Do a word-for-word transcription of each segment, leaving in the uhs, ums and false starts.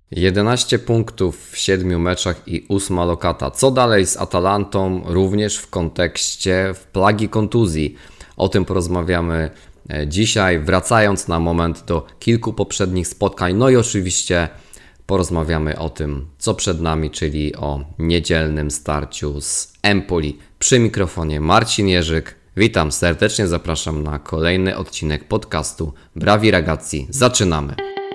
jedenaście punktów w siedmiu meczach i ósma lokata. Co dalej z Atalantą, również w kontekście w plagi kontuzji? O tym porozmawiamy dzisiaj, wracając na moment do kilku poprzednich spotkań. No i oczywiście porozmawiamy o tym, co przed nami, czyli o niedzielnym starciu z Empoli. Przy mikrofonie Marcin Jerzyk. Witam serdecznie, zapraszam na kolejny odcinek podcastu Bravi Ragazzi. Zaczynamy!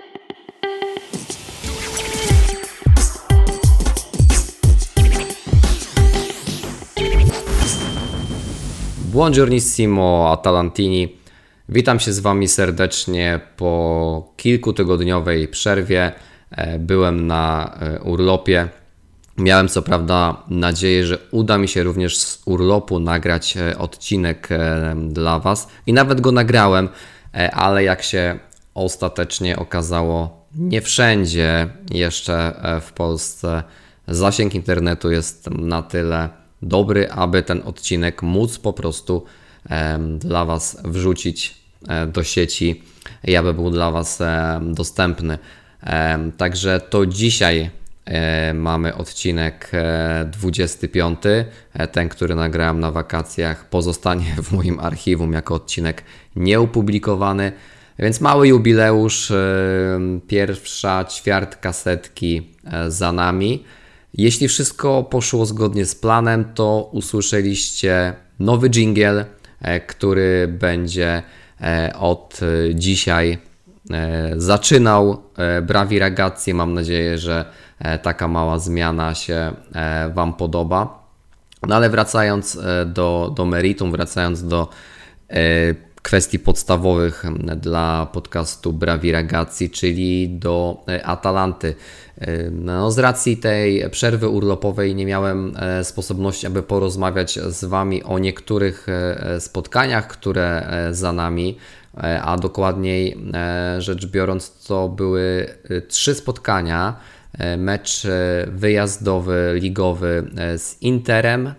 Buongiornissimo Atalantini, witam się z Wami serdecznie po kilkutygodniowej przerwie. Byłem na urlopie. Miałem co prawda nadzieję, że uda mi się również z urlopu nagrać odcinek dla Was i nawet go nagrałem, ale jak się ostatecznie okazało, nie wszędzie jeszcze w Polsce zasięg internetu jest na tyle dobry, aby ten odcinek móc po prostu e, dla Was wrzucić e, do sieci i aby był dla Was e, dostępny. E, także to dzisiaj e, mamy odcinek e, dwudziesty piąty, e, ten, który nagrałem na wakacjach, pozostanie w moim archiwum jako odcinek nieopublikowany, więc mały jubileusz, e, pierwsza ćwiartka setki e, za nami. Jeśli wszystko poszło zgodnie z planem, to usłyszeliście nowy dżingiel, który będzie od dzisiaj zaczynał Bravi Ragazzi. Mam nadzieję, że taka mała zmiana się Wam podoba. No ale wracając do, do meritum, wracając do kwestii podstawowych dla podcastu Bravi Ragazzi, czyli do Atalanty. No, z racji tej przerwy urlopowej nie miałem sposobności, aby porozmawiać z Wami o niektórych spotkaniach, które za nami, a dokładniej rzecz biorąc to były trzy spotkania. Mecz wyjazdowy, ligowy z Interem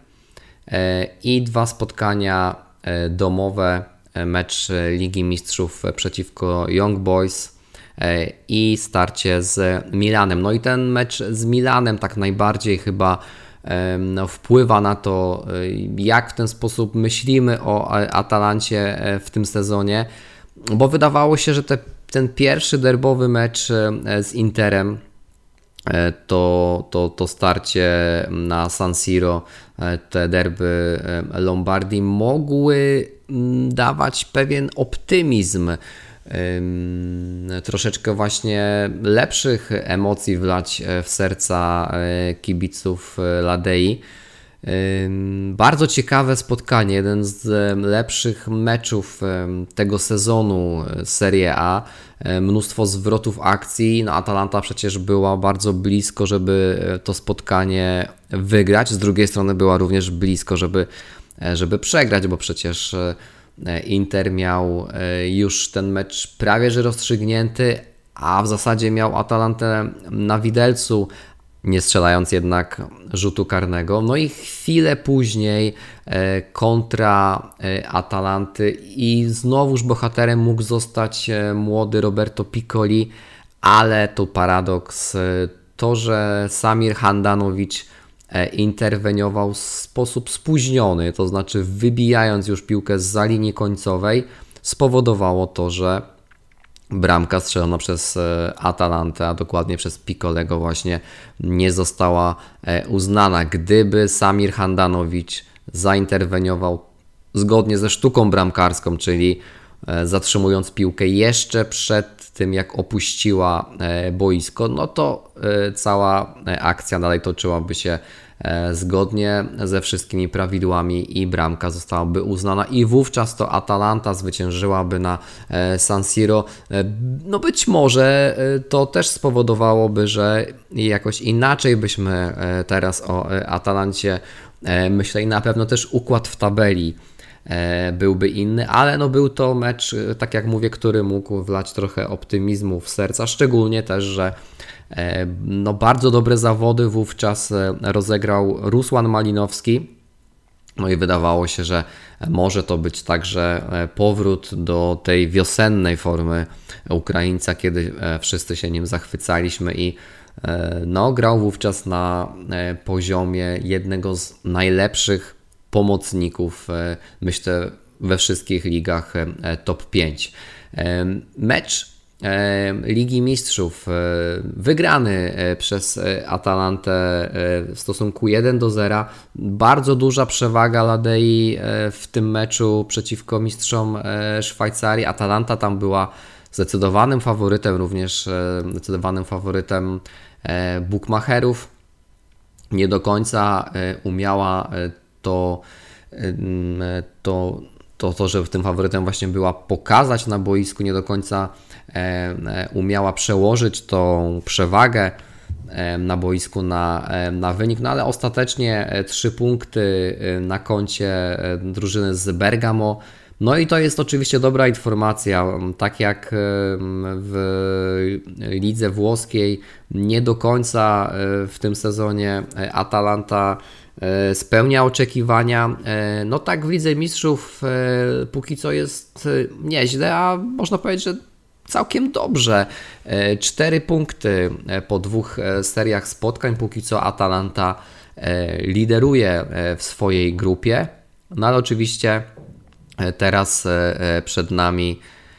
i dwa spotkania domowe, mecz Ligi Mistrzów przeciwko Young Boys i starcie z Milanem. No i ten mecz z Milanem tak najbardziej chyba no, wpływa na to, jak w ten sposób myślimy o Atalancie w tym sezonie, bo wydawało się, że te, ten pierwszy derbowy mecz z Interem, To, to, to starcie na San Siro, te derby Lombardii mogły dawać pewien optymizm, troszeczkę właśnie lepszych emocji wlać w serca kibiców Ladei. Bardzo ciekawe spotkanie, jeden z lepszych meczów tego sezonu Serie A, mnóstwo zwrotów akcji, no Atalanta przecież była bardzo blisko, żeby to spotkanie wygrać, z drugiej strony była również blisko, żeby, żeby przegrać, bo przecież Inter miał już ten mecz prawie że rozstrzygnięty, a w zasadzie miał Atalantę na widelcu, nie strzelając jednak rzutu karnego. No i chwilę później kontra Atalanty i znowuż bohaterem mógł zostać młody Roberto Piccoli, ale tu paradoks, to, że Samir Handanovic interweniował w sposób spóźniony, to znaczy wybijając już piłkę zza linii końcowej, spowodowało to, że bramka strzelona przez Atalantę, a dokładnie przez Piccolego właśnie, nie została uznana. Gdyby Samir Handanovic zainterweniował zgodnie ze sztuką bramkarską, czyli zatrzymując piłkę jeszcze przed tym, jak opuściła boisko, no to cała akcja dalej toczyłaby się zgodnie ze wszystkimi prawidłami i bramka zostałaby uznana i wówczas to Atalanta zwyciężyłaby na San Siro. No być może to też spowodowałoby, że jakoś inaczej byśmy teraz o Atalancie myśleli. Na pewno też układ w tabeli byłby inny, ale no był to mecz, tak jak mówię, który mógł wlać trochę optymizmu w serca, szczególnie też, że no bardzo dobre zawody wówczas rozegrał Rusłan Malinowski. No i wydawało się, że może to być także powrót do tej wiosennej formy Ukraińca, kiedy wszyscy się nim zachwycaliśmy i no, grał wówczas na poziomie jednego z najlepszych pomocników, myślę, we wszystkich ligach top pięć. Mecz Ligi Mistrzów wygrany przez Atalantę w stosunku jeden do zera. Bardzo duża przewaga Ladei w tym meczu przeciwko mistrzom Szwajcarii. Atalanta tam była zdecydowanym faworytem, również zdecydowanym faworytem bookmacherów. Nie do końca umiała to, to, to, to, że tym faworytem właśnie była, pokazać na boisku, nie do końca umiała przełożyć tą przewagę na boisku na, na wynik, no ale ostatecznie trzy punkty na koncie drużyny z Bergamo. No i to jest oczywiście dobra informacja, tak jak w lidze włoskiej nie do końca w tym sezonie Atalanta spełnia oczekiwania, no tak w Lidze Mistrzów póki co jest nieźle, a można powiedzieć, że całkiem dobrze. Cztery punkty po dwóch seriach spotkań, póki co Atalanta lideruje w swojej grupie, no ale oczywiście teraz przed nami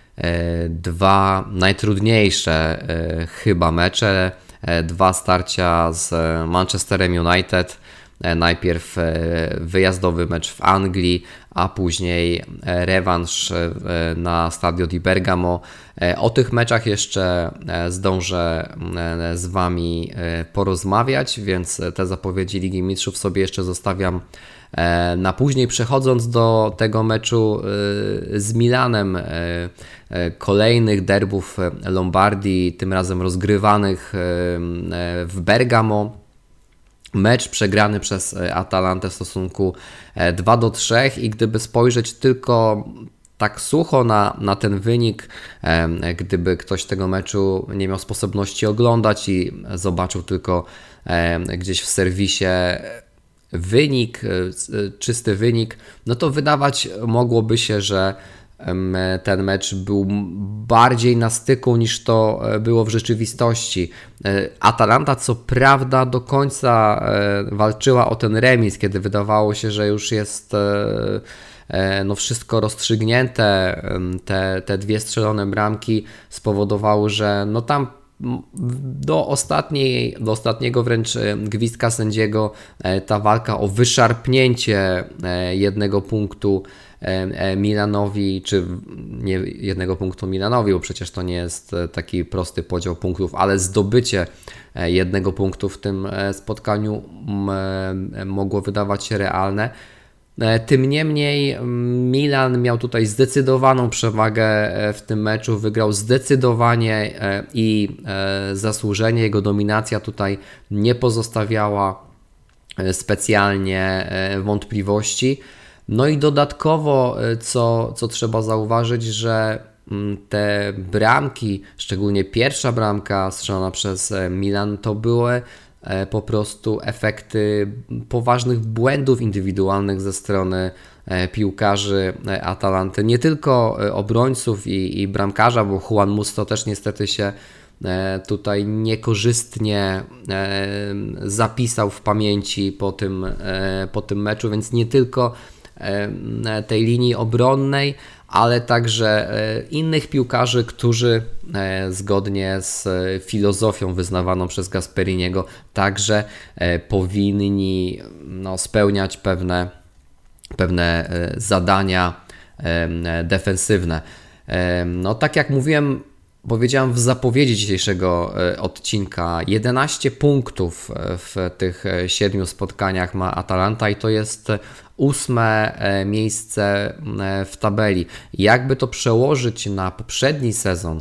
dwa najtrudniejsze chyba mecze, dwa starcia z Manchesterem United. Najpierw wyjazdowy mecz w Anglii, a później rewanż na Stadio di Bergamo. O tych meczach jeszcze zdążę z Wami porozmawiać, więc te zapowiedzi Ligi Mistrzów sobie jeszcze zostawiam na później. Przechodząc do tego meczu z Milanem, kolejnych derbów Lombardii, tym razem rozgrywanych w Bergamo. Mecz przegrany przez Atalantę w stosunku dwa do trzech i gdyby spojrzeć tylko tak sucho na, na ten wynik, gdyby ktoś tego meczu nie miał sposobności oglądać i zobaczył tylko gdzieś w serwisie wynik, czysty wynik, no to wydawać mogłoby się, że ten mecz był bardziej na styku niż to było w rzeczywistości. Atalanta co prawda do końca walczyła o ten remis, kiedy wydawało się, że już jest no wszystko rozstrzygnięte. Te, te dwie strzelone bramki spowodowały, że no tam do, ostatniej, do ostatniego wręcz gwizdka sędziego ta walka o wyszarpnięcie jednego punktu Milanowi, czy nie jednego punktu Milanowi, bo przecież to nie jest taki prosty podział punktów, ale zdobycie jednego punktu w tym spotkaniu mogło wydawać się realne. Tym niemniej Milan miał tutaj zdecydowaną przewagę w tym meczu, wygrał zdecydowanie i zasłużenie, jego dominacja tutaj nie pozostawiała specjalnie wątpliwości. No i dodatkowo, co, co trzeba zauważyć, że te bramki, szczególnie pierwsza bramka strzelona przez Milan, to były po prostu efekty poważnych błędów indywidualnych ze strony piłkarzy Atalanty. Nie tylko obrońców i, i bramkarza, bo Juan Musto też niestety się tutaj niekorzystnie zapisał w pamięci po tym, po tym meczu, więc nie tylko tej linii obronnej, ale także innych piłkarzy, którzy zgodnie z filozofią wyznawaną przez Gasperiniego także powinni no, spełniać pewne, pewne zadania defensywne. No tak jak mówiłem, powiedziałem w zapowiedzi dzisiejszego odcinka, jedenaście punktów w tych siedmiu spotkaniach ma Atalanta i to jest ósme miejsce w tabeli. Jakby to przełożyć na poprzedni sezon,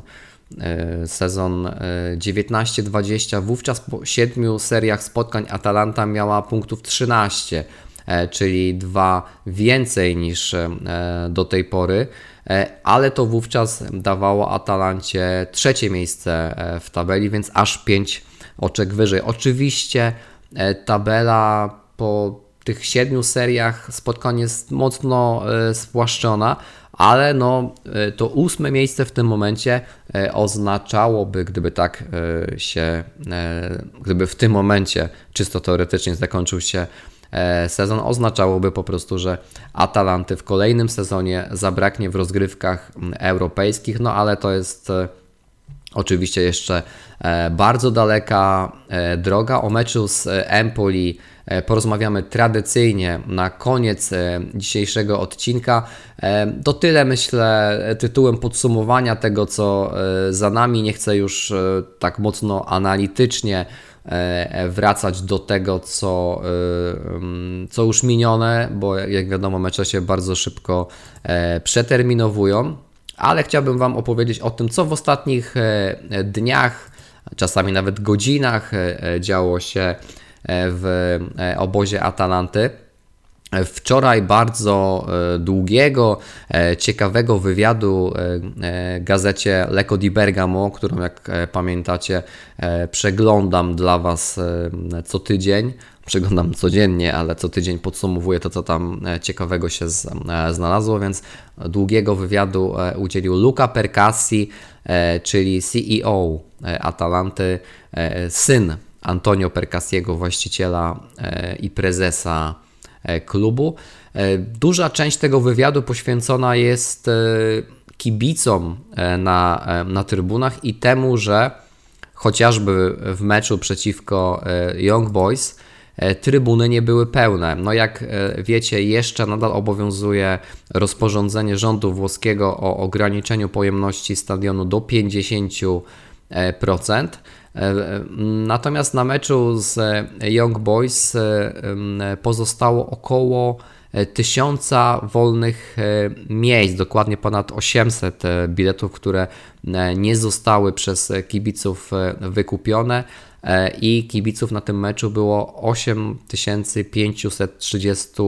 sezon dziewiętnaście dwadzieścia, wówczas po siedmiu seriach spotkań Atalanta miała punktów trzynaście, czyli dwa więcej niż do tej pory, ale to wówczas dawało Atalancie trzecie miejsce w tabeli, więc aż pięć oczek wyżej. Oczywiście tabela po tych siedmiu seriach spotkań jest mocno spłaszczona, ale no, to ósme miejsce w tym momencie oznaczałoby, gdyby tak się, gdyby w tym momencie czysto teoretycznie zakończył się sezon, oznaczałoby po prostu, że Atalanty w kolejnym sezonie zabraknie w rozgrywkach europejskich, no ale to jest oczywiście jeszcze bardzo daleka droga. O meczu z Empoli porozmawiamy tradycyjnie na koniec dzisiejszego odcinka. To tyle, myślę, tytułem podsumowania tego, co za nami. Nie chcę już tak mocno analitycznie wracać do tego, co, co już minione, bo jak wiadomo, mecze się bardzo szybko przeterminowują. Ale chciałbym Wam opowiedzieć o tym, co w ostatnich dniach, czasami nawet godzinach działo się w obozie Atalanty. Wczoraj bardzo długiego, ciekawego wywiadu gazecie L'Eco di Bergamo, którą jak pamiętacie przeglądam dla Was co tydzień. Przeglądam codziennie, ale co tydzień podsumowuję to, co tam ciekawego się znalazło, więc długiego wywiadu udzielił Luca Percassi, czyli C E O Atalanty, syn Antonio Percassiego, właściciela i prezesa klubu. Duża część tego wywiadu poświęcona jest kibicom na, na trybunach i temu, że chociażby w meczu przeciwko Young Boys trybuny nie były pełne. No jak wiecie, jeszcze nadal obowiązuje rozporządzenie rządu włoskiego o ograniczeniu pojemności stadionu do pięćdziesiąt procent. Natomiast na meczu z Young Boys pozostało około tysiąca wolnych miejsc, dokładnie ponad osiemset biletów, które nie zostały przez kibiców wykupione i kibiców na tym meczu było osiem tysięcy pięćset trzydzieści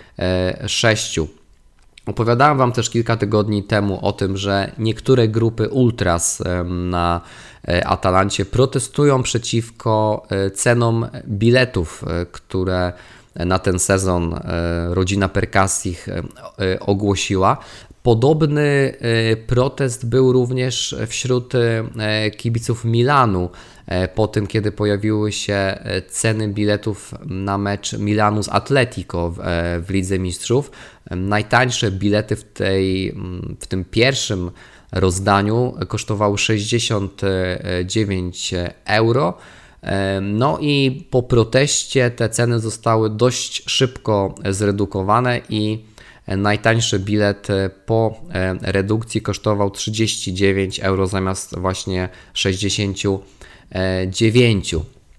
sześć. Opowiadałem Wam też kilka tygodni temu o tym, że niektóre grupy ultras na Atalancie protestują przeciwko cenom biletów, które na ten sezon rodzina Percassich ogłosiła. Podobny protest był również wśród kibiców Milanu po tym, kiedy pojawiły się ceny biletów na mecz Milanu z Atletico w, w Lidze Mistrzów. Najtańsze bilety w, tej, w tym pierwszym rozdaniu kosztowały sześćdziesiąt dziewięć euro. No i po proteście te ceny zostały dość szybko zredukowane i najtańszy bilet po redukcji kosztował trzydzieści dziewięć euro zamiast właśnie sześćdziesiąt dziewięć.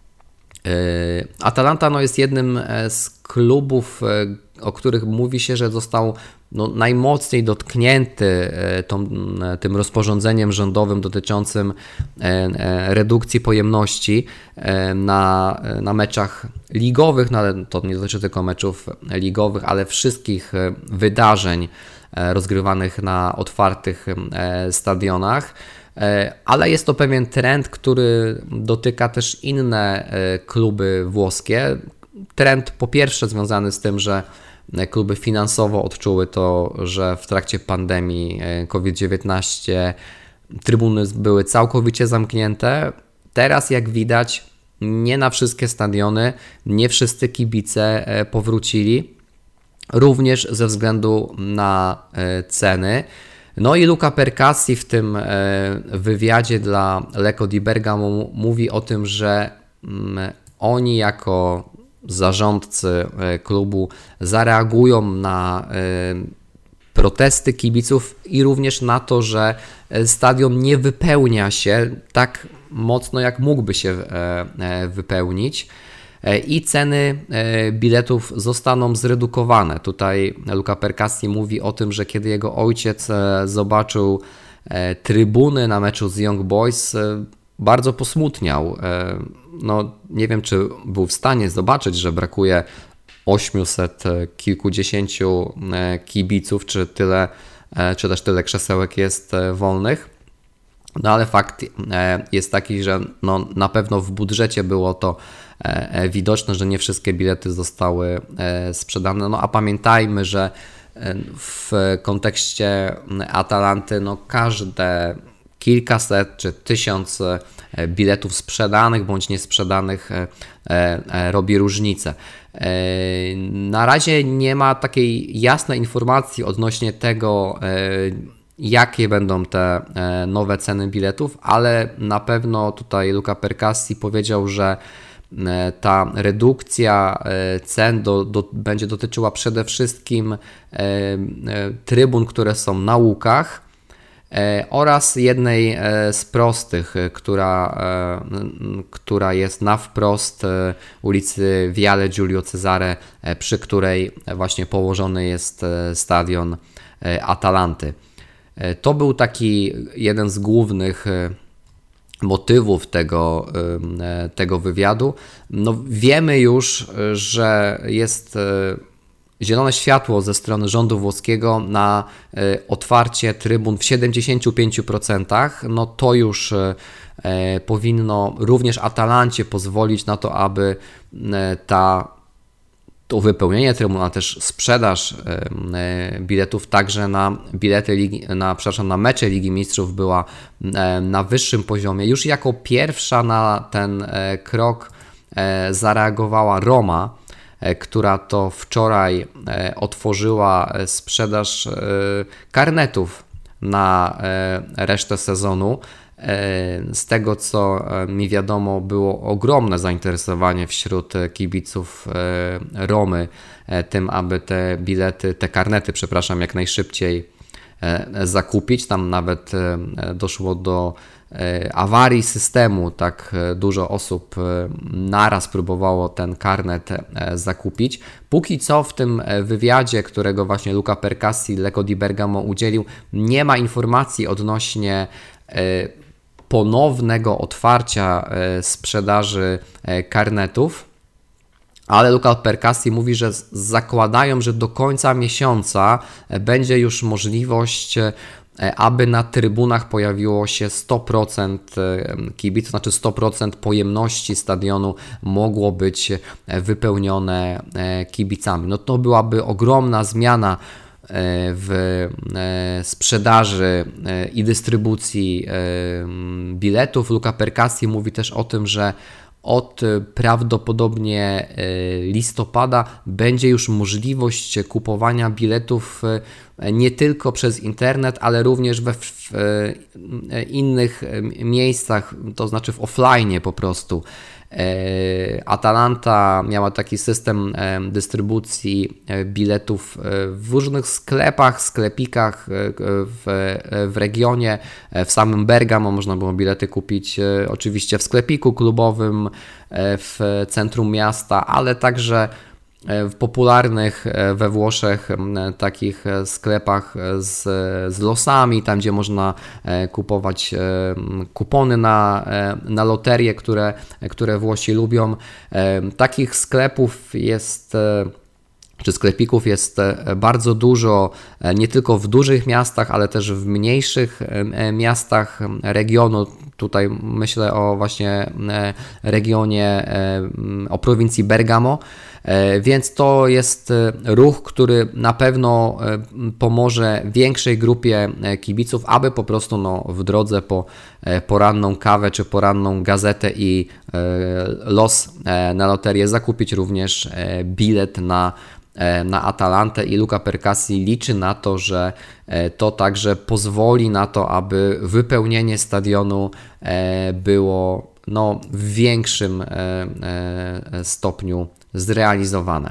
Atalanta no, jest jednym z klubów, o których mówi się, że został no, najmocniej dotknięty tą, tym rozporządzeniem rządowym dotyczącym redukcji pojemności na, na meczach ligowych, no, ale to nie dotyczy tylko meczów ligowych, ale wszystkich wydarzeń rozgrywanych na otwartych stadionach. Ale jest to pewien trend, który dotyka też inne kluby włoskie. Trend po pierwsze związany z tym, że kluby finansowo odczuły to, że w trakcie pandemii COVID dziewiętnaście trybuny były całkowicie zamknięte. Teraz jak widać nie na wszystkie stadiony, nie wszyscy kibice powrócili, również ze względu na ceny. No i Luca Percassi w tym wywiadzie dla L'Eco di Bergamo mówi o tym, że oni jako zarządcy klubu zareagują na protesty kibiców i również na to, że stadion nie wypełnia się tak mocno, jak mógłby się wypełnić i ceny biletów zostaną zredukowane. Tutaj Luca Percassi mówi o tym, że kiedy jego ojciec zobaczył trybuny na meczu z Young Boys, bardzo posmutniał. No, nie wiem, czy był w stanie zobaczyć, że brakuje osiemset kilkudziesięciu kibiców, czy tyle, czy też tyle krzesełek jest wolnych. No ale fakt jest taki, że no, na pewno w budżecie było to widoczne, że nie wszystkie bilety zostały sprzedane. No a pamiętajmy, że w kontekście Atalanty no każde kilkaset czy tysiąc biletów sprzedanych bądź niesprzedanych robi różnicę. Na razie nie ma takiej jasnej informacji odnośnie tego, jakie będą te nowe ceny biletów, ale na pewno tutaj Luca Percassi powiedział, że ta redukcja cen do, do, będzie dotyczyła przede wszystkim trybun, które są na łukach oraz jednej z prostych, która, która jest na wprost ulicy Viale Giulio Cesare, przy której właśnie położony jest stadion Atalanty. To był taki jeden z głównych motywów tego, tego wywiadu. No, wiemy już, że jest zielone światło ze strony rządu włoskiego na otwarcie trybun w siedemdziesięciu pięciu procentach. No to już powinno również Atalancie pozwolić na to, aby ta to wypełnienie trybun, a też sprzedaż biletów także na bilety ligi, na, przepraszam, na mecze Ligi Mistrzów była na wyższym poziomie. Już jako pierwsza na ten krok zareagowała Roma, która to wczoraj otworzyła sprzedaż karnetów na resztę sezonu. Z tego co mi wiadomo, było ogromne zainteresowanie wśród kibiców Romy tym, aby te bilety, te karnety, przepraszam, jak najszybciej zakupić. Tam nawet doszło do awarii systemu, tak dużo osób naraz próbowało ten karnet zakupić. Póki co w tym wywiadzie, którego właśnie Luca Percassi Lecco di Bergamo udzielił, nie ma informacji odnośnie ponownego otwarcia sprzedaży karnetów, ale Luca Percassi mówi, że zakładają, że do końca miesiąca będzie już możliwość, aby na trybunach pojawiło się sto procent kibiców, znaczy sto procent pojemności stadionu mogło być wypełnione kibicami. No to byłaby ogromna zmiana w sprzedaży i dystrybucji biletów. Luca Percassi mówi też o tym, że od prawdopodobnie listopada będzie już możliwość kupowania biletów nie tylko przez internet, ale również we w innych miejscach, to znaczy w offline po prostu. Atalanta miała taki system dystrybucji biletów w różnych sklepach, sklepikach w, w regionie. W samym Bergamo można było bilety kupić oczywiście w sklepiku klubowym w centrum miasta, ale także w popularnych we Włoszech takich sklepach z, z losami, tam gdzie można kupować kupony na, na loterie, które, które Włosi lubią. Takich sklepów jest, czy sklepików jest bardzo dużo, nie tylko w dużych miastach, ale też w mniejszych miastach regionu. Tutaj myślę o właśnie regionie, o prowincji Bergamo. Więc to jest ruch, który na pewno pomoże większej grupie kibiców, aby po prostu no, w drodze po poranną kawę czy poranną gazetę i los na loterię zakupić również bilet na, na Atalantę. I Luca Percassi liczy na to, że to także pozwoli na to, aby wypełnienie stadionu było no, w większym stopniu zrealizowane.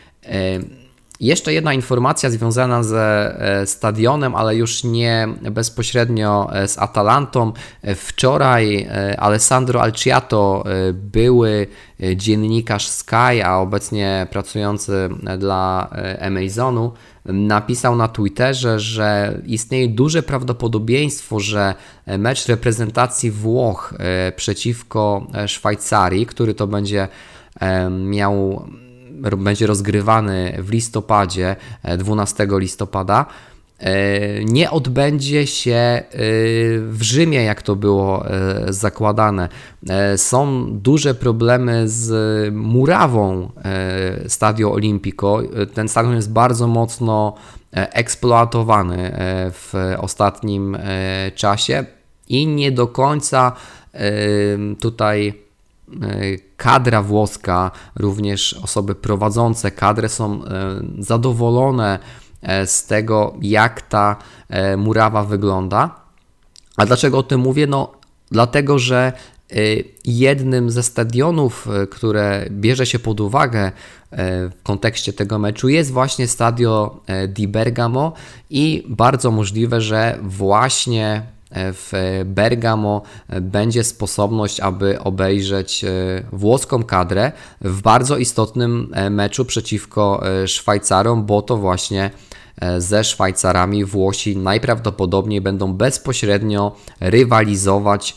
Jeszcze jedna informacja związana ze stadionem, ale już nie bezpośrednio z Atalantą. Wczoraj Alessandro Alciato, były dziennikarz Sky, a obecnie pracujący dla Amazonu, napisał na Twitterze, że istnieje duże prawdopodobieństwo, że mecz reprezentacji Włoch przeciwko Szwajcarii, który to będzie miał, będzie rozgrywany w listopadzie, dwunastego listopada, nie odbędzie się w Rzymie, jak to było zakładane. Są duże problemy z murawą Stadio Olimpico. Ten stadion jest bardzo mocno eksploatowany w ostatnim czasie i nie do końca tutaj kadra włoska, również osoby prowadzące kadrę są zadowolone z tego, jak ta murawa wygląda. A dlaczego o tym mówię? No dlatego, że jednym ze stadionów, które bierze się pod uwagę w kontekście tego meczu, jest właśnie Stadio di Bergamo i bardzo możliwe, że właśnie w Bergamo będzie sposobność, aby obejrzeć włoską kadrę w bardzo istotnym meczu przeciwko Szwajcarom, bo to właśnie ze Szwajcarami Włosi najprawdopodobniej będą bezpośrednio rywalizować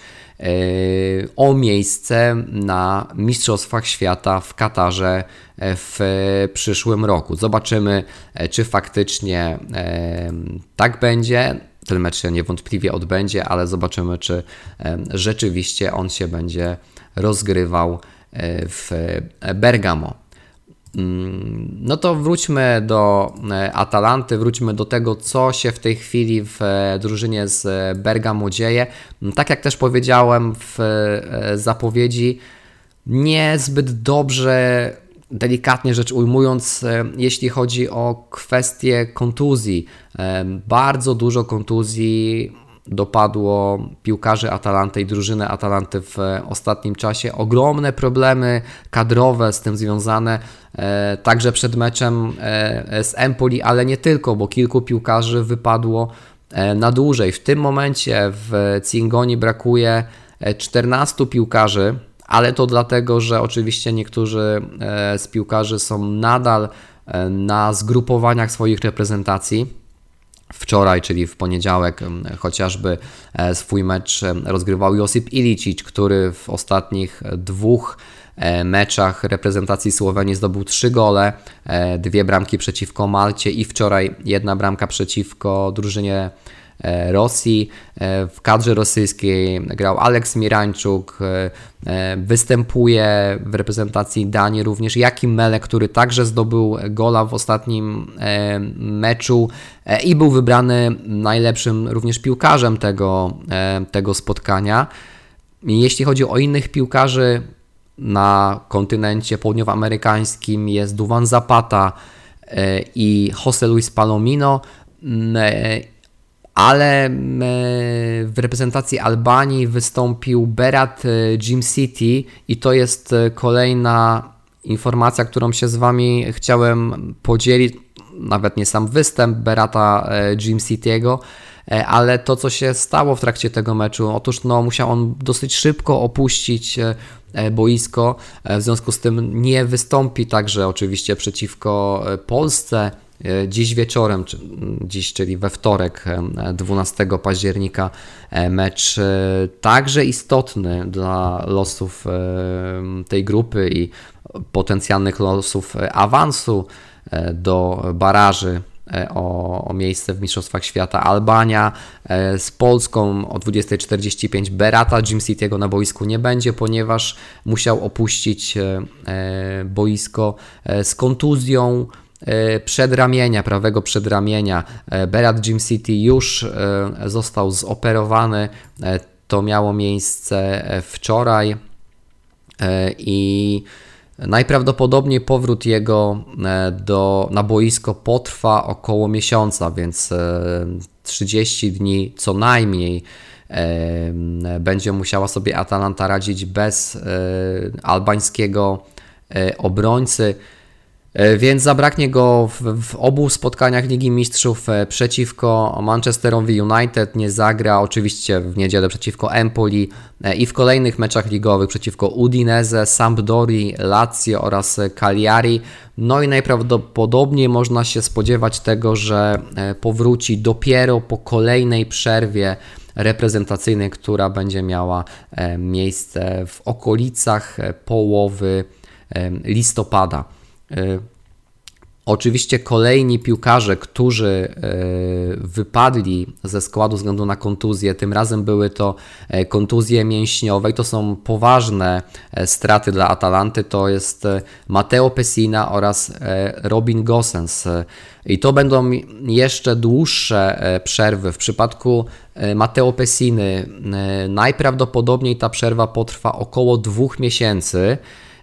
o miejsce na Mistrzostwach Świata w Katarze w przyszłym roku. Zobaczymy, czy faktycznie tak będzie. Ten mecz się niewątpliwie odbędzie, ale zobaczymy, czy rzeczywiście on się będzie rozgrywał w Bergamo. No to wróćmy do Atalanty, wróćmy do tego, co się w tej chwili w drużynie z Bergamo dzieje. Tak jak też powiedziałem w zapowiedzi, niezbyt dobrze, delikatnie rzecz ujmując, jeśli chodzi o kwestię kontuzji. Bardzo dużo kontuzji dopadło piłkarzy Atalanty i drużyny Atalanty w ostatnim czasie. Ogromne problemy kadrowe z tym związane, także przed meczem z Empoli, ale nie tylko, bo kilku piłkarzy wypadło na dłużej. W tym momencie w Cingoni brakuje czternastu piłkarzy, ale to dlatego, że oczywiście niektórzy z piłkarzy są nadal na zgrupowaniach swoich reprezentacji. Wczoraj, czyli w poniedziałek, chociażby swój mecz rozgrywał Josip Ilicic, który w ostatnich dwóch meczach reprezentacji Słowenii zdobył trzy gole, dwie bramki przeciwko Malcie i wczoraj jedna bramka przeciwko drużynie Rosji. W kadrze rosyjskiej grał Aleks Mirańczuk, występuje w reprezentacji Danii również Jakim Mele, który także zdobył gola w ostatnim meczu i był wybrany najlepszym również piłkarzem tego, tego spotkania. Jeśli chodzi o innych piłkarzy na kontynencie południowoamerykańskim, jest Duvan Zapata i José Luis Palomino, ale w reprezentacji Albanii wystąpił Berat Djimsiti i to jest kolejna informacja, którą się z Wami chciałem podzielić, nawet nie sam występ Berata Djimsitiego, ale to, co się stało w trakcie tego meczu. Otóż no, musiał on dosyć szybko opuścić boisko, w związku z tym nie wystąpi także oczywiście przeciwko Polsce dziś wieczorem, dziś, czyli we wtorek, dwunastego października, mecz także istotny dla losów tej grupy i potencjalnych losów awansu do baraży o, o miejsce w Mistrzostwach Świata. Albania z Polską o dwudziestej czterdzieści pięć. Berata Djimsitiego na boisku nie będzie, ponieważ musiał opuścić boisko z kontuzją przedramienia, prawego przedramienia. Berat Djimsiti już został zoperowany. To miało miejsce wczoraj i najprawdopodobniej powrót jego do, na boisko potrwa około miesiąca, więc trzydzieści dni co najmniej będzie musiała sobie Atalanta radzić bez albańskiego obrońcy. Więc zabraknie go w, w obu spotkaniach Ligi Mistrzów. Przeciwko Manchesterowi United nie zagra, oczywiście w niedzielę przeciwko Empoli i w kolejnych meczach ligowych przeciwko Udinese, Sampdorii, Lazio oraz Cagliari. No i najprawdopodobniej można się spodziewać tego, że powróci dopiero po kolejnej przerwie reprezentacyjnej, która będzie miała miejsce w okolicach połowy listopada. Oczywiście kolejni piłkarze, którzy wypadli ze składu ze względu na kontuzję, tym razem były to kontuzje mięśniowe i to są poważne straty dla Atalanty, to jest Matteo Pessina oraz Robin Gosens. I to będą jeszcze dłuższe przerwy. W przypadku Matteo Pessiny najprawdopodobniej ta przerwa potrwa około dwóch miesięcy.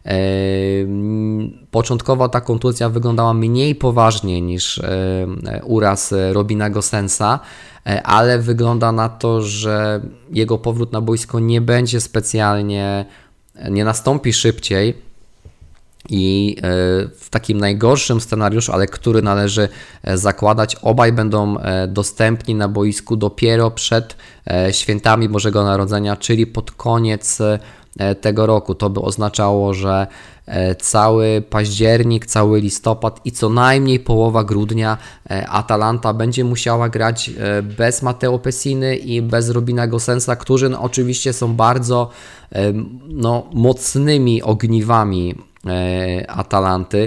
Początkowo ta kontuzja wyglądała mniej poważnie niż uraz Robina Gosensa, ale wygląda na to, że jego powrót na boisko nie będzie specjalnie, nie nastąpi szybciej i w takim najgorszym scenariuszu, ale który należy zakładać, obaj będą dostępni na boisku dopiero przed świętami Bożego Narodzenia, czyli pod koniec tego roku. To by oznaczało, że cały październik, cały listopad i co najmniej połowa grudnia Atalanta będzie musiała grać bez Matteo Pessiny i bez Robina Gosensa, którzy no, oczywiście są bardzo no, mocnymi ogniwami Atalanty.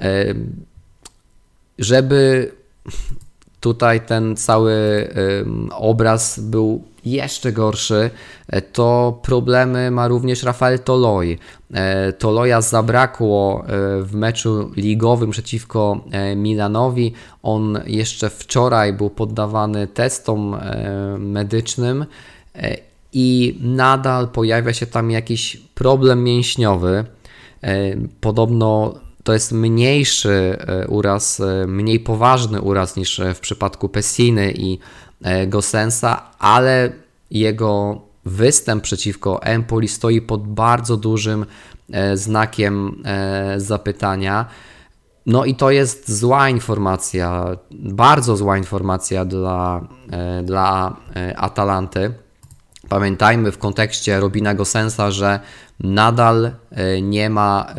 Żeby tutaj ten cały obraz był jeszcze gorszy, to problemy ma również Rafael Toloi. Toloja zabrakło w meczu ligowym przeciwko Milanowi. On jeszcze wczoraj był poddawany testom medycznym i nadal pojawia się tam jakiś problem mięśniowy. Podobno to jest mniejszy uraz, mniej poważny uraz niż w przypadku Pessiny i Gosensa, ale jego występ przeciwko Empoli stoi pod bardzo dużym znakiem zapytania. No i to jest zła informacja, bardzo zła informacja dla, dla Atalanty. Pamiętajmy w kontekście Robina Gosensa, że nadal nie ma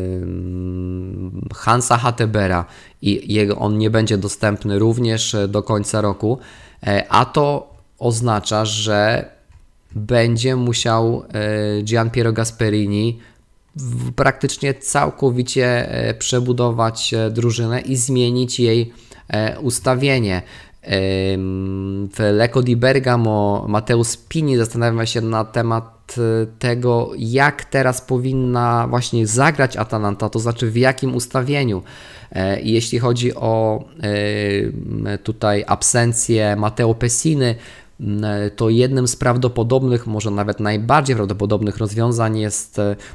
Hansa Hattebera i jego, on nie będzie dostępny również do końca roku, a to oznacza, że będzie musiał Gianpiero Gasperini praktycznie całkowicie przebudować drużynę i zmienić jej ustawienie. W Lecco di Bergamo Mateusz Pini zastanawia się na temat tego, jak teraz powinna właśnie zagrać Atalanta, to znaczy w jakim ustawieniu. I jeśli chodzi o tutaj absencję Matteo Pessiny, to jednym z prawdopodobnych, może nawet najbardziej prawdopodobnych rozwiązań jest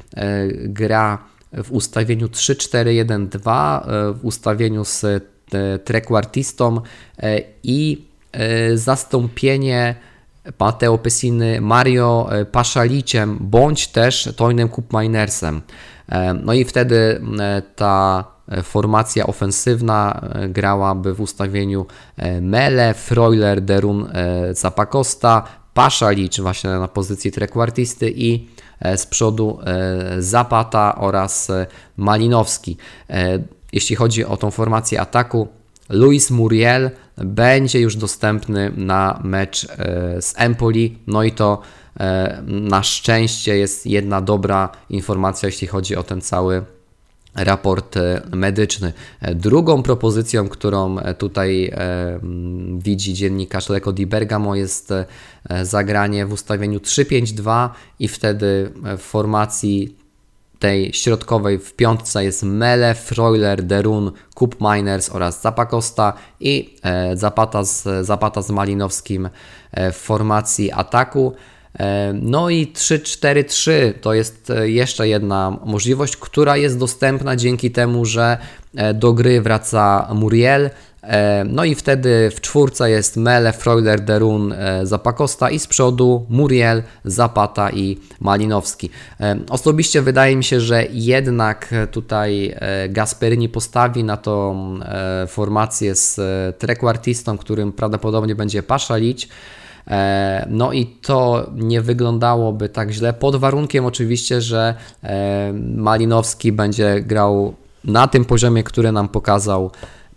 gra w ustawieniu trzy cztery jeden dwa, w ustawieniu z trequartistą i zastąpienie Matteo Pessiny Mario Paszaliciem bądź też Toinem Koopmeinersem. No i wtedy ta formacja ofensywna grałaby w ustawieniu Mele, Freuler, Derun, Zappacosta, Pasalic właśnie na pozycji trequartisty i z przodu Zapata oraz Malinowski. Jeśli chodzi o tą formację ataku, Luis Muriel będzie już dostępny na mecz z Empoli, no i to na szczęście jest jedna dobra informacja, jeśli chodzi o ten cały raport medyczny. Drugą propozycją, którą tutaj widzi dziennikarz Lecco di Bergamo, jest zagranie w ustawieniu trzy pięć dwa i wtedy w formacji tej środkowej w piątce jest Mele, Freuler, Derun, Koopmeiners oraz Zappacosta i Zapata z, Zapata z Malinowskim w formacji ataku. No i trzy cztery trzy to jest jeszcze jedna możliwość, która jest dostępna dzięki temu, że do gry wraca Muriel. No i wtedy w czwórce jest Mele, Freuler, Derun, Zappacosta i z przodu Muriel, Zapata i Malinowski. Osobiście wydaje mi się, że jednak tutaj Gasperini postawi na tą formację z trequartistą, którym prawdopodobnie będzie Pasalic. No i to nie wyglądałoby tak źle, pod warunkiem oczywiście, że Malinowski będzie grał na tym poziomie, który nam pokazał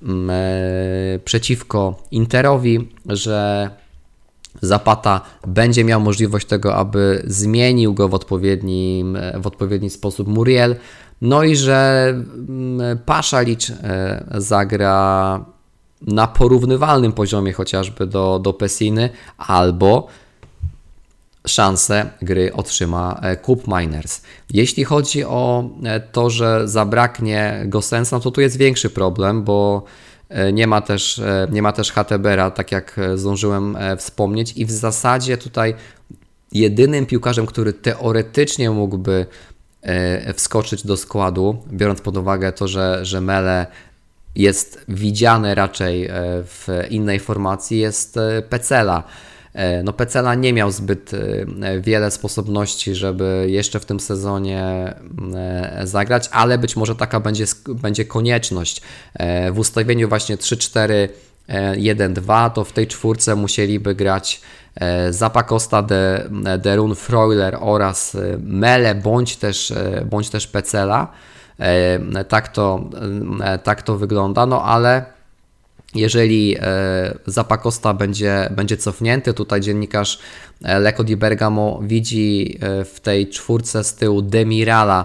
przeciwko Interowi, że Zapata będzie miał możliwość tego, aby zmienił go w odpowiedni, w odpowiedni sposób Muriel. no i że Pasalic zagra na porównywalnym poziomie chociażby do, do Pessiny, albo szansę gry otrzyma Koop Meiners. Jeśli chodzi o to, że zabraknie Gossensa, to tu jest większy problem, bo nie ma też, nie ma też Hatebera, tak jak zdążyłem wspomnieć, i w zasadzie tutaj jedynym piłkarzem, który teoretycznie mógłby wskoczyć do składu, biorąc pod uwagę to, że, że Mele jest widziany raczej w innej formacji, jest Pecela. No Pecela nie miał zbyt wiele sposobności, żeby jeszcze w tym sezonie zagrać, ale być może taka będzie, będzie konieczność. W ustawieniu właśnie trzy cztery jeden dwa to w tej czwórce musieliby grać Zappacosta, De, Derun, Freuler oraz Mele, bądź też, bądź też Pecela. Tak to, tak to wygląda, no ale jeżeli Zappacosta będzie, będzie cofnięty, tutaj dziennikarz Lecco di Bergamo widzi w tej czwórce z tyłu Demirala,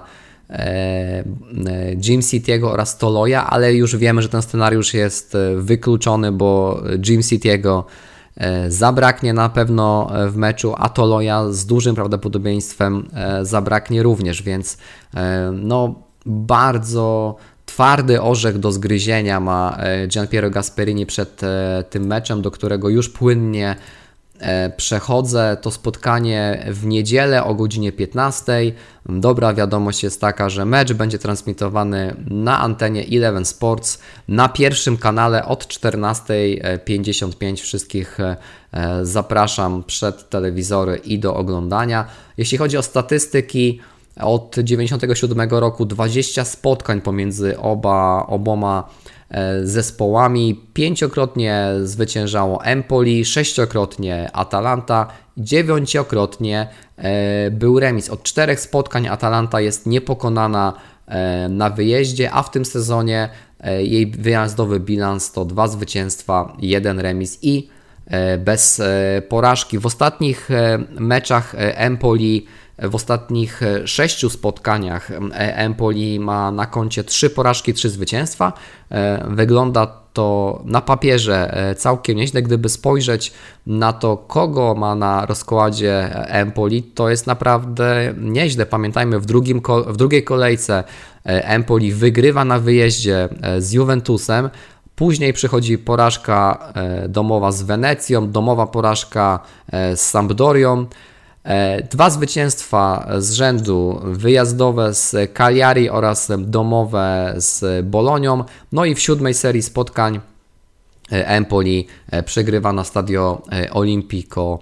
Jim City'ego oraz Toloja, ale już wiemy, że ten scenariusz jest wykluczony, bo Jim City'ego zabraknie na pewno w meczu, a Toloja z dużym prawdopodobieństwem zabraknie również, więc no bardzo twardy orzech do zgryzienia ma Gianpiero Gasperini przed tym meczem, do którego już płynnie przechodzę. To spotkanie w niedzielę o godzinie piętnastej. Dobra wiadomość jest taka, że mecz będzie transmitowany na antenie Eleven Sports na pierwszym kanale od czternasta pięćdziesiąt pięć. Wszystkich zapraszam przed telewizory i do oglądania. Jeśli chodzi o statystyki, od dziewięćdziesiątego siódmego roku dwadzieścia spotkań pomiędzy oba, oboma zespołami. Pięciokrotnie zwyciężało Empoli, sześciokrotnie Atalanta, dziewięciokrotnie był remis. Od czterech spotkań Atalanta jest niepokonana na wyjeździe, a w tym sezonie jej wyjazdowy bilans to dwa zwycięstwa, jeden remis i bez porażki. W ostatnich meczach Empoli, w ostatnich sześciu spotkaniach Empoli ma na koncie trzy porażki, trzy zwycięstwa. Wygląda to na papierze całkiem nieźle. Gdyby spojrzeć na to, kogo ma na rozkładzie Empoli, to jest naprawdę nieźle. Pamiętajmy, w, drugim, w drugiej kolejce Empoli wygrywa na wyjeździe z Juventusem. Później przychodzi porażka domowa z Wenecją, domowa porażka z Sampdorią. Dwa zwycięstwa z rzędu wyjazdowe z Cagliari oraz domowe z Bolonią. No i w siódmej serii spotkań Empoli przegrywa na Stadio Olimpico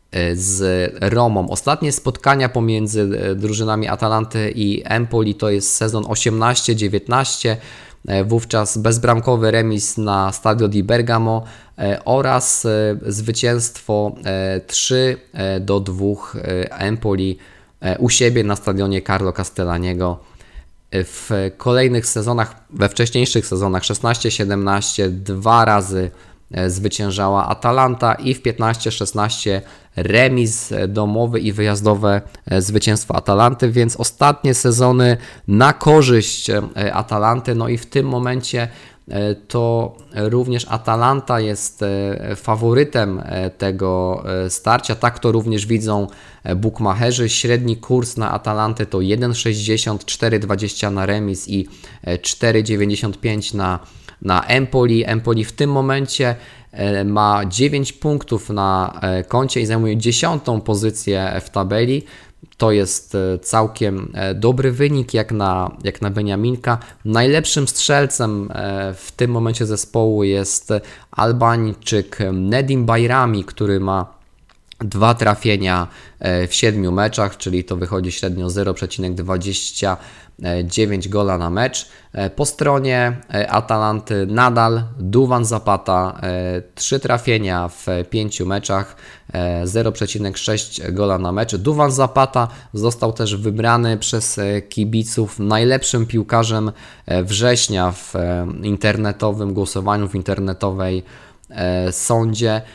z Romą. Ostatnie spotkania pomiędzy drużynami Atalanty i Empoli to jest sezon osiemnaście dziewiętnaście. Wówczas bezbramkowy remis na Stadio di Bergamo oraz zwycięstwo trzy do dwóch Empoli u siebie na stadionie Carlo Castellaniego. W kolejnych sezonach, we wcześniejszych sezonach szesnaście siedemnaście dwa razy zwyciężała Atalanta i w piętnaście szesnaście remis domowy i wyjazdowe zwycięstwo Atalanty, więc ostatnie sezony na korzyść Atalanty. No i w tym momencie to również Atalanta jest faworytem tego starcia. Tak to również widzą bukmacherzy. Średni kurs na Atalantę to jeden sześćdziesiąt, cztery dwadzieścia na remis i cztery dziewięćdziesiąt pięć na na Empoli. Empoli w tym momencie ma dziewięć punktów na koncie i zajmuje dziesiątą pozycję w tabeli. To jest całkiem dobry wynik jak na, jak na Beniaminka. Najlepszym strzelcem w tym momencie zespołu jest Albańczyk Nedim Bajrami, który ma dwa trafienia w siedmiu meczach, czyli to wychodzi średnio zero przecinek dwadzieścia dziewięć gola na mecz. Po stronie Atalanty nadal Duvan Zapata, trzy trafienia w pięciu meczach, zero przecinek sześć gola na mecz. Duvan Zapata został też wybrany przez kibiców najlepszym piłkarzem września w internetowym głosowaniu, w internetowej sądzie.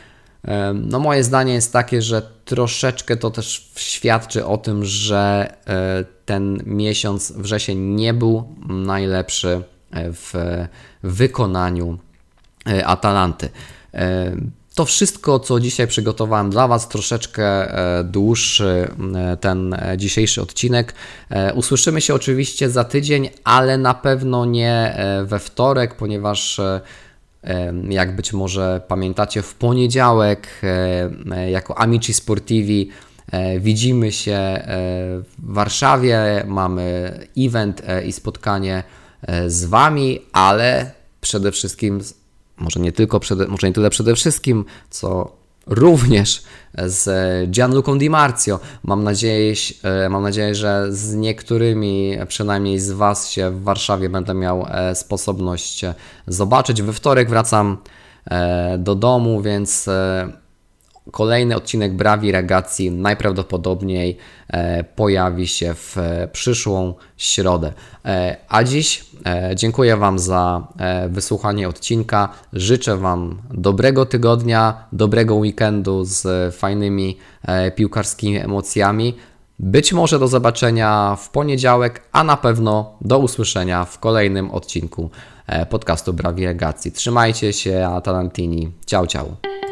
No moje zdanie jest takie, że troszeczkę to też świadczy o tym, że ten miesiąc wrzesień nie był najlepszy w wykonaniu Atalanty. To wszystko, co dzisiaj przygotowałem dla Was, troszeczkę dłuższy ten dzisiejszy odcinek. Usłyszymy się oczywiście za tydzień, ale na pewno nie we wtorek, ponieważ jak być może pamiętacie, w poniedziałek jako Amici Sportivi widzimy się w Warszawie, mamy event i spotkanie z Wami, ale przede wszystkim, może nie tylko, przede, może nie tyle przede wszystkim, co również z Gianlucą Di Marzio. Mam nadzieję, mam nadzieję, że z niektórymi, przynajmniej z Was, się w Warszawie będę miał sposobność zobaczyć. We wtorek wracam do domu, więc kolejny odcinek Bravi Ragazzi najprawdopodobniej pojawi się w przyszłą środę. A dziś dziękuję Wam za wysłuchanie odcinka. Życzę Wam dobrego tygodnia, dobrego weekendu z fajnymi piłkarskimi emocjami. Być może do zobaczenia w poniedziałek, a na pewno do usłyszenia w kolejnym odcinku podcastu Bravi Ragazzi. Trzymajcie się, Atalantini. Ciao, ciao.